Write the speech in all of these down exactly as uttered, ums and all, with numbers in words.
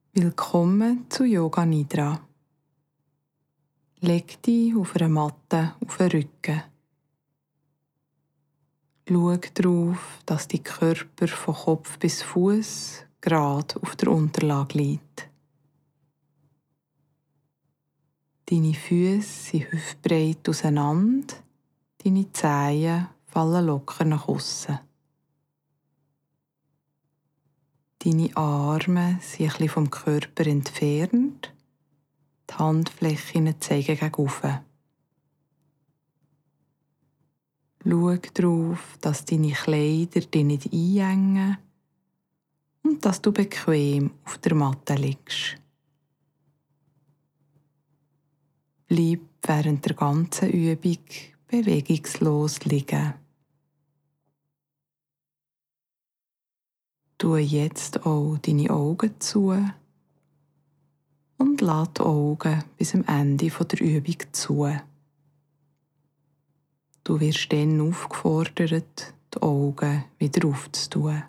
Willkommen zu Yoga Nidra. Leg dich auf einer Matte auf den Rücken. Schau darauf, dass dein Körper von Kopf bis Fuß gerade auf der Unterlage liegt. Deine Füße sind hüftbreit auseinander, deine Zehen fallen locker nach aussen. Deine Arme sind ein bisschen vom Körper entfernt, die Handflächen zeigen gegen oben. Schau darauf, dass deine Kleider dich nicht einengen und dass du bequem auf der Matte liegst. Bleib während der ganzen Übung bewegungslos liegen. Tue jetzt auch deine Augen zu und lass die Augen bis am Ende der Übung zu. Du wirst dann aufgefordert, die Augen wieder aufzutun.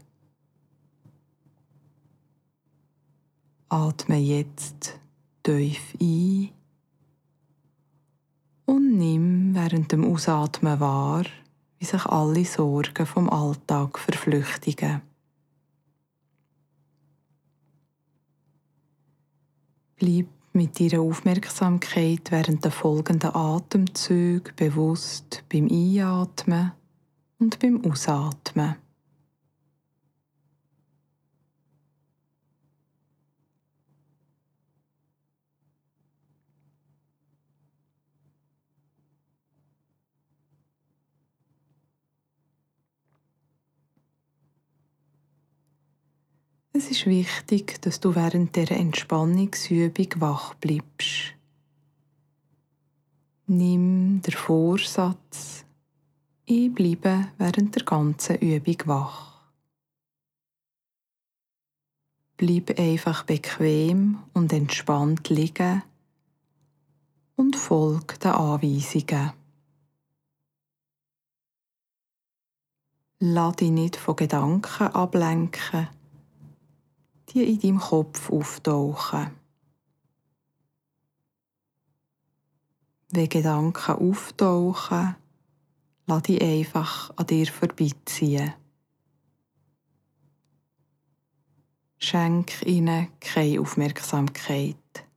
Atme jetzt tief ein und nimm während dem Ausatmen wahr, wie sich alle Sorgen vom Alltag verflüchtigen. Bleib mit deiner Aufmerksamkeit während der folgenden Atemzüge bewusst beim Einatmen und beim Ausatmen. Es ist wichtig, dass du während dieser Entspannungsübung wach bleibst. Nimm den Vorsatz, ich bleibe während der ganzen Übung wach. Bleib einfach bequem und entspannt liegen und folge den Anweisungen. Lass dich nicht von Gedanken ablenken, die in deinem Kopf auftauchen. Wenn Gedanken auftauchen, lass dich einfach an dir vorbeiziehen. Schenk ihnen keine Aufmerksamkeit.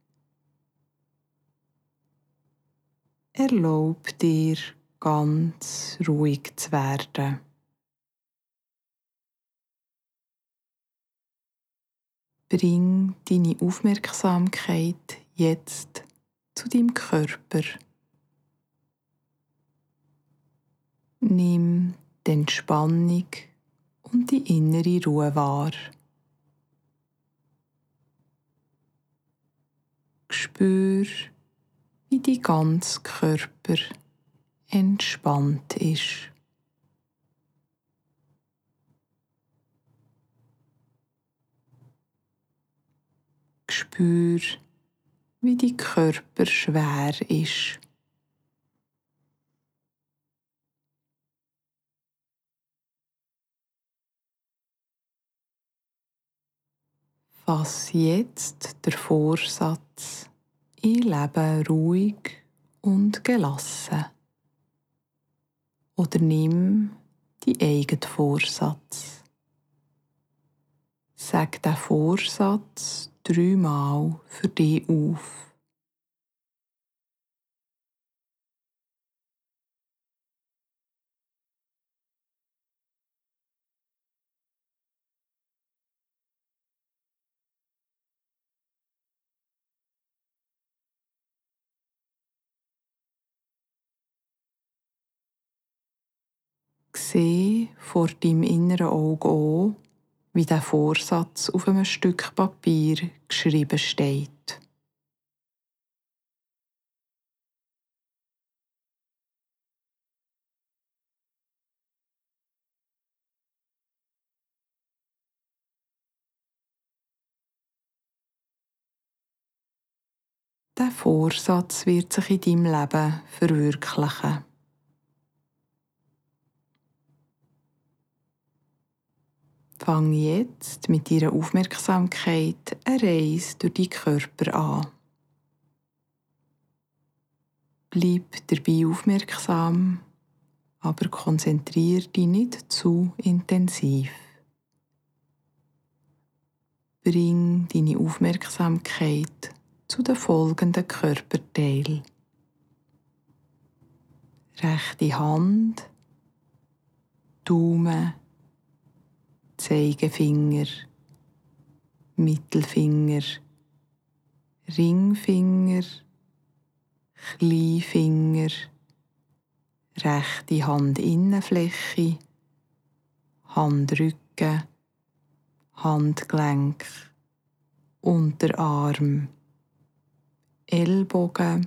Erlaub dir, ganz ruhig zu werden. Bring deine Aufmerksamkeit jetzt zu deinem Körper. Nimm die Entspannung und die innere Ruhe wahr. Spür, wie dein ganzer Körper entspannt ist. Spür, wie dein Körper schwer ist. Fass jetzt den Vorsatz, ich lebe ruhig und gelassen. Oder nimm deinen eigenen Vorsatz. Sag den Vorsatz dreimal für dich auf. Sieh vor deinem inneren Auge an, wie der Vorsatz auf einem Stück Papier geschrieben steht. Der Vorsatz wird sich in deinem Leben verwirklichen. Fang jetzt mit deiner Aufmerksamkeit eine Reise durch deinen Körper an. Bleib dabei aufmerksam, aber konzentriere dich nicht zu intensiv. Bring deine Aufmerksamkeit zu den folgenden Körperteilen. Rechte Hand, Daumen, Zeigefinger, Mittelfinger, Ringfinger, Kleinfinger, rechte Handinnenfläche, Handrücken, Handgelenk, Unterarm, Ellbogen,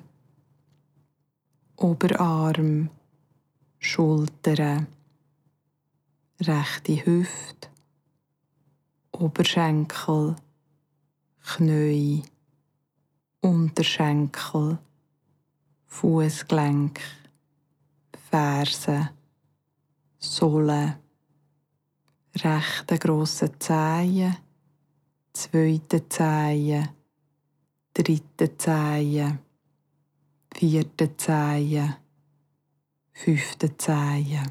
Oberarm, Schultern, rechte Hüfte, Oberschenkel, Knie, Unterschenkel, Fußgelenk, Ferse, Sohle, rechte grosse Zehen, zweite Zehen, dritte Zehen, vierte Zehen, fünfte Zehen.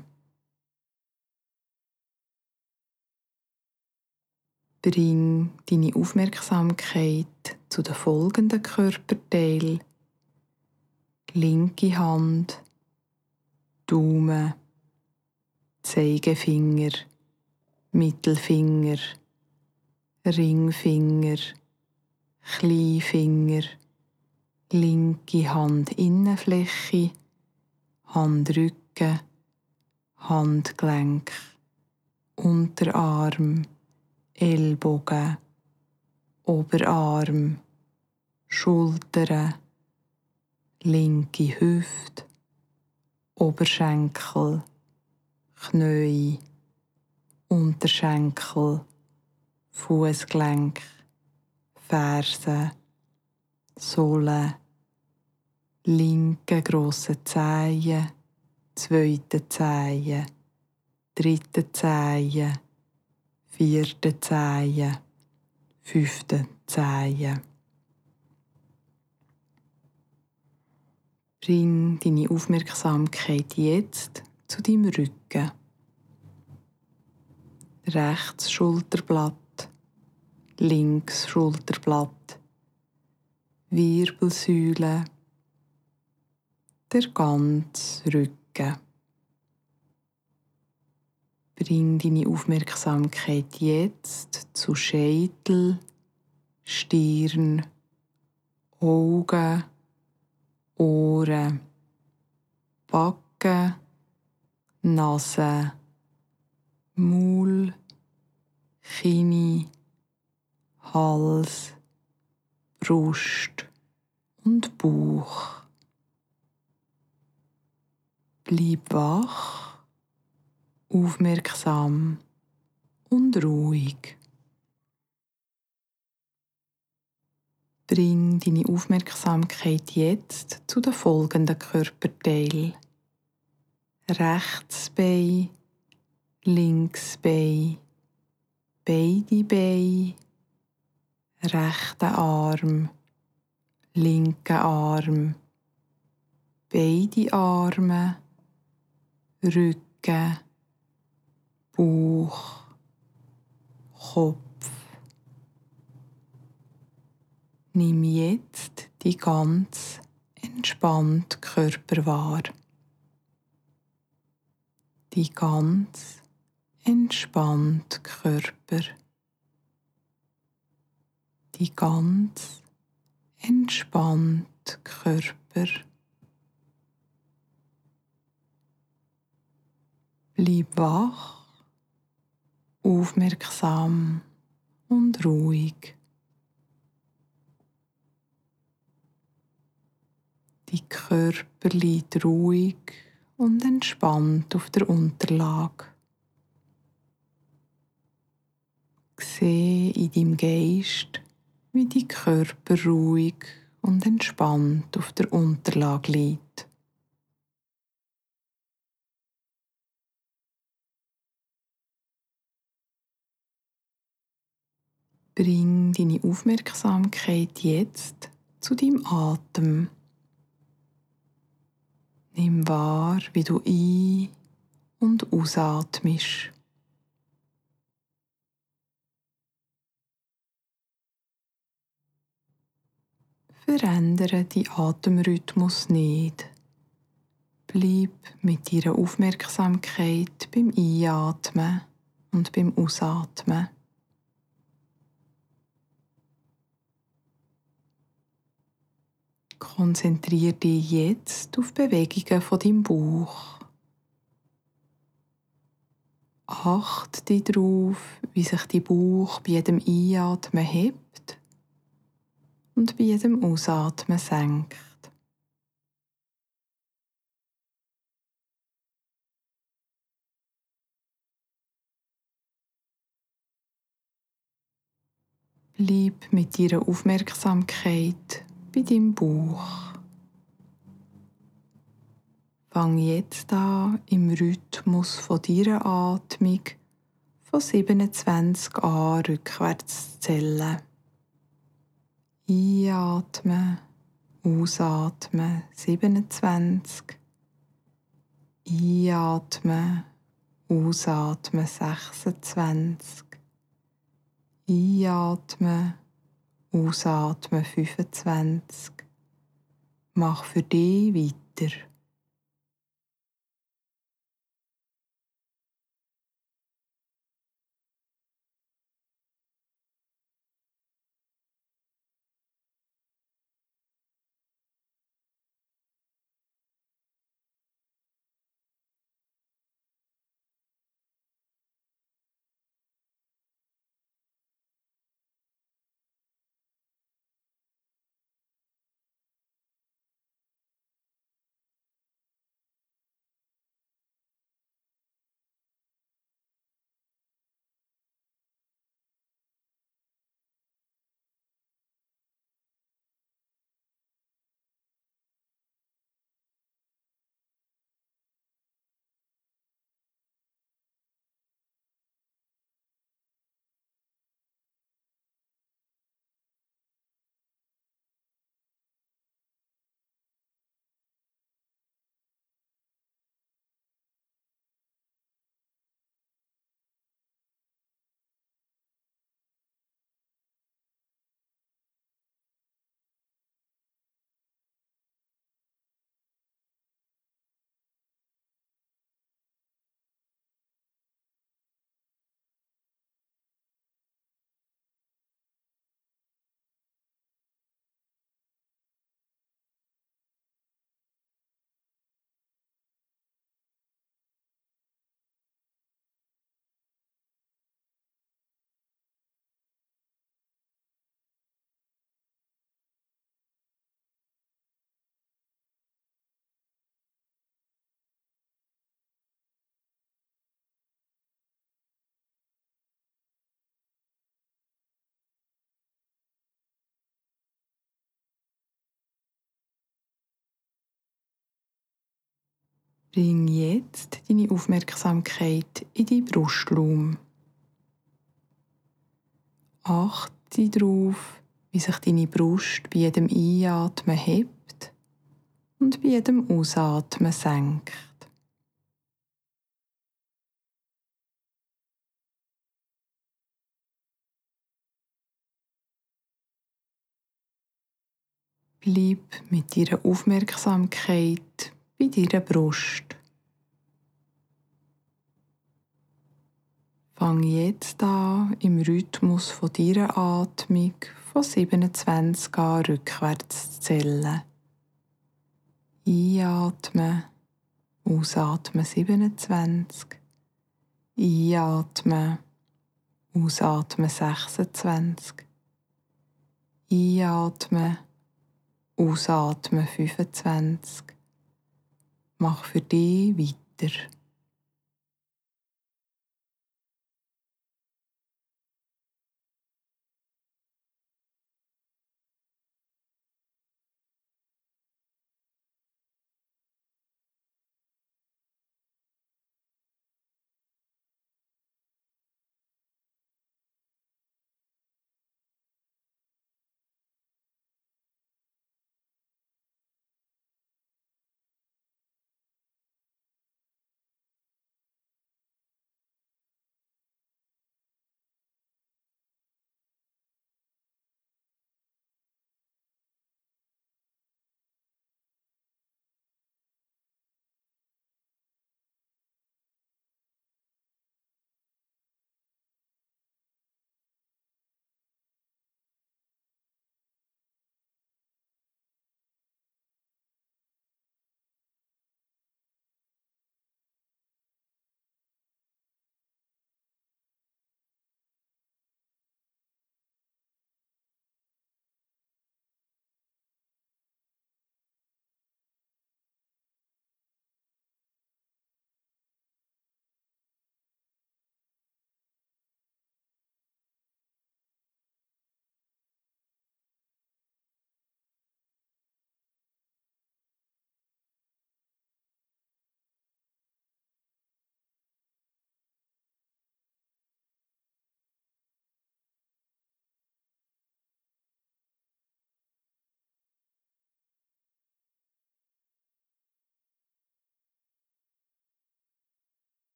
Bring deine Aufmerksamkeit zu den folgenden Körperteilen. Linke Hand, Daumen, Zeigefinger, Mittelfinger, Ringfinger, Kleinfinger, linke Handinnenfläche, Handrücken, Handgelenk, Unterarm, Ellbogen, Oberarm, Schultern, linke Hüfte, Oberschenkel, Knie, Unterschenkel, Fußgelenk, Ferse, Sohle, linke grosse Zehen, zweite Zehen, dritte Zehen, vierte Zehen, fünfte Zehen. Bring deine Aufmerksamkeit jetzt zu deinem Rücken. Rechts Schulterblatt, links Schulterblatt, Wirbelsäule, der ganze Rücken. Bring deine Aufmerksamkeit jetzt zu Scheitel, Stirn, Augen, Ohren, Backen, Nase, Maul, Kinn, Hals, Brust und Bauch. Bleib wach, aufmerksam und ruhig. Bring deine Aufmerksamkeit jetzt zu den folgenden Körperteilen. Rechts Bein, links Bein, beide Beine, rechter Arm, linker Arm, beide Arme, Rücken, Bauch, Kopf. Nimm jetzt die ganz entspannte Körper wahr. Die ganz entspannte Körper. Die ganz entspannte Körper. Bleib wach, aufmerksam und ruhig. Die Körper liegt ruhig und entspannt auf der Unterlage. Sehe in deinem Geist, wie dein Körper ruhig und entspannt auf der Unterlage liegt. Bring deine Aufmerksamkeit jetzt zu deinem Atem. Nimm wahr, wie du ein- und ausatmest. Verändere die Atemrhythmus nicht. Bleib mit deiner Aufmerksamkeit beim Einatmen und beim Ausatmen. Konzentriere dich jetzt auf Bewegungen von deinem Bauch. Achte darauf, wie sich dein Bauch bei jedem Einatmen hebt und bei jedem Ausatmen senkt. Bleib mit deiner Aufmerksamkeit bei deinem Bauch. Fang jetzt an, im Rhythmus von deiner Atmung von siebenundzwanzig an rückwärts zu zählen. Einatmen, ausatmen, siebenundzwanzig. Einatmen, ausatmen, sechsundzwanzig. Einatmen, ausatmen, fünfundzwanzig. Mach für dich weiter. Bring jetzt deine Aufmerksamkeit in die Brustraum. Achte darauf, wie sich deine Brust bei jedem Einatmen hebt und bei jedem Ausatmen senkt. Bleib mit deiner Aufmerksamkeit bei deiner Brust. Fang jetzt an, im Rhythmus von deiner Atmung von siebenundzwanzig an rückwärts zu zählen. Einatmen, ausatmen siebenundzwanzig. Einatmen, ausatmen sechsundzwanzig. Einatmen, ausatmen fünfundzwanzig. Mach für dich weiter.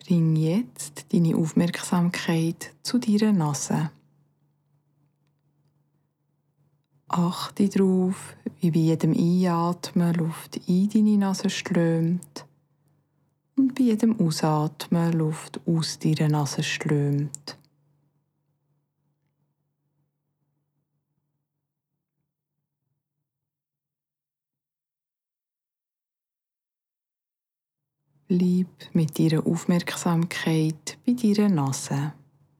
Bring jetzt deine Aufmerksamkeit zu deiner Nase. Achte darauf, wie bei jedem Einatmen Luft in deine Nase strömt und bei jedem Ausatmen Luft aus deiner Nase strömt. Bleib mit deiner Aufmerksamkeit bei deiner Nase.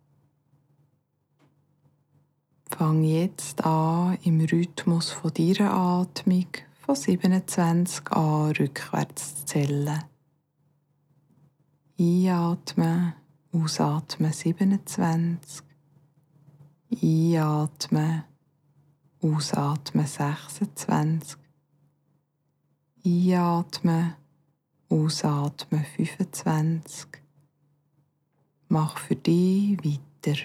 Fang jetzt an, im Rhythmus von deiner Atmung von siebenundzwanzig an rückwärts zu zählen. Einatmen, ausatmen siebenundzwanzig. Einatmen, ausatmen sechsundzwanzig. Einatmen, ausatmen fünfundzwanzig. Mach für dich weiter.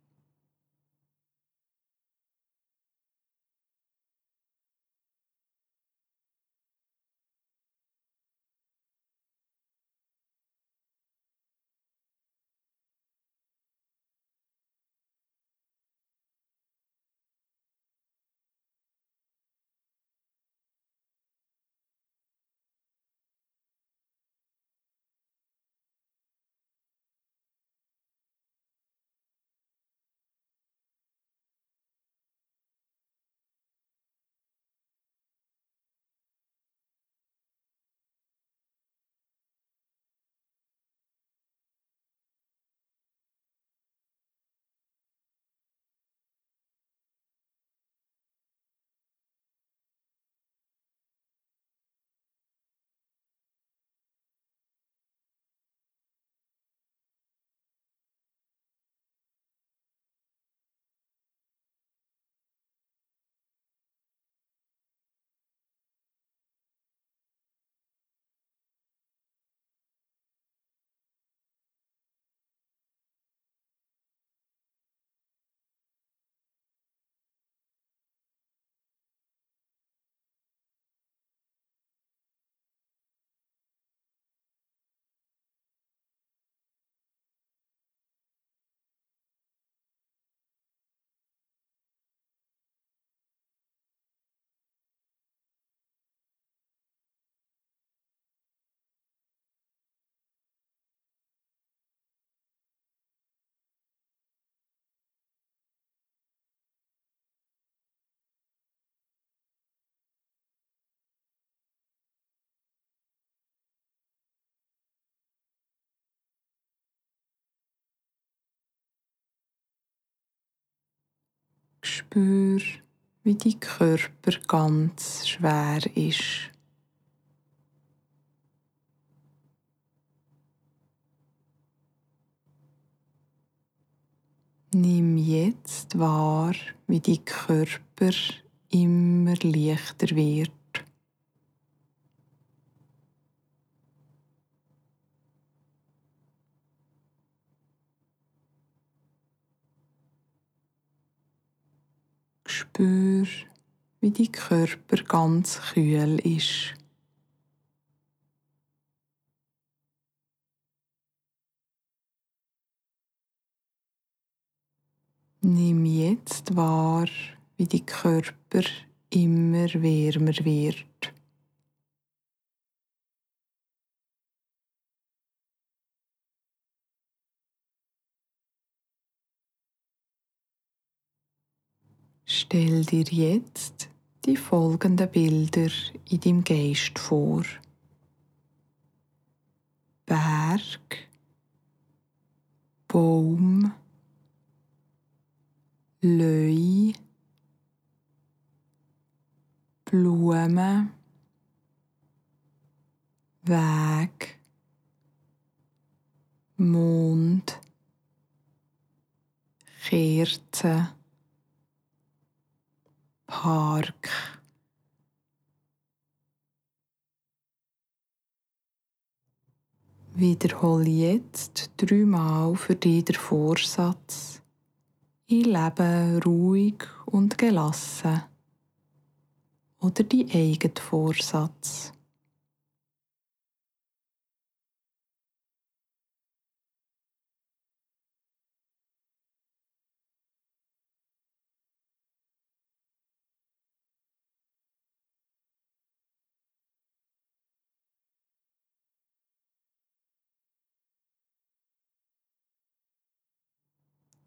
Spür, wie dein Körper ganz schwer ist. Nimm jetzt wahr, wie dein Körper immer leichter wird. Spür, wie dein Körper ganz kühl ist. Nimm jetzt wahr, wie dein Körper immer wärmer wird. Stell dir jetzt die folgenden Bilder in deinem Geist vor. Berg, Baum, Löwe, Blumen, Weg, Mond, Kerze, Park. Wiederhole jetzt dreimal für dich den Vorsatz: Ich lebe ruhig und gelassen. Oder dein eigener Vorsatz.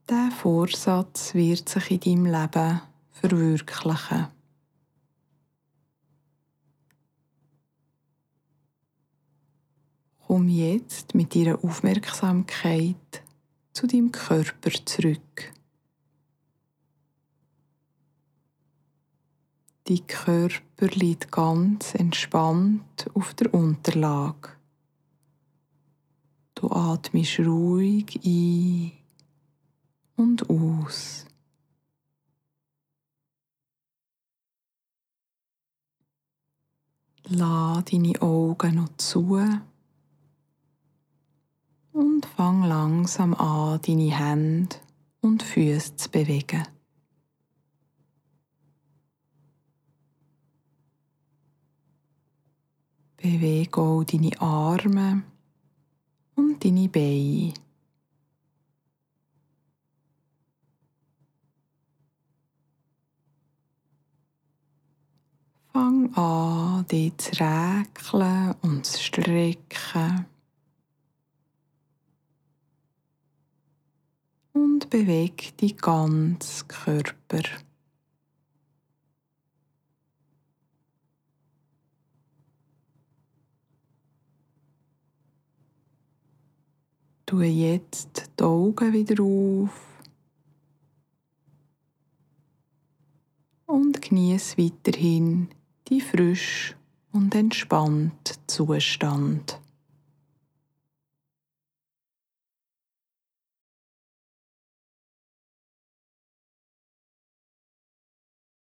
Der Vorsatz wird sich in deinem Leben verwirklichen. Komm jetzt mit deiner Aufmerksamkeit zu deinem Körper zurück. Dein Körper liegt ganz entspannt auf der Unterlage. Du atmest ruhig ein und aus. Lass deine Augen noch zu und fang langsam an, deine Hände und Füße zu bewegen. Bewege auch deine Arme und deine Beine. Fang an, dich zu räkeln und zu strecken. Und bewege deinen ganzen Körper. Tue jetzt die Augen wieder auf und genieße weiterhin die frisch und entspannte Zustand.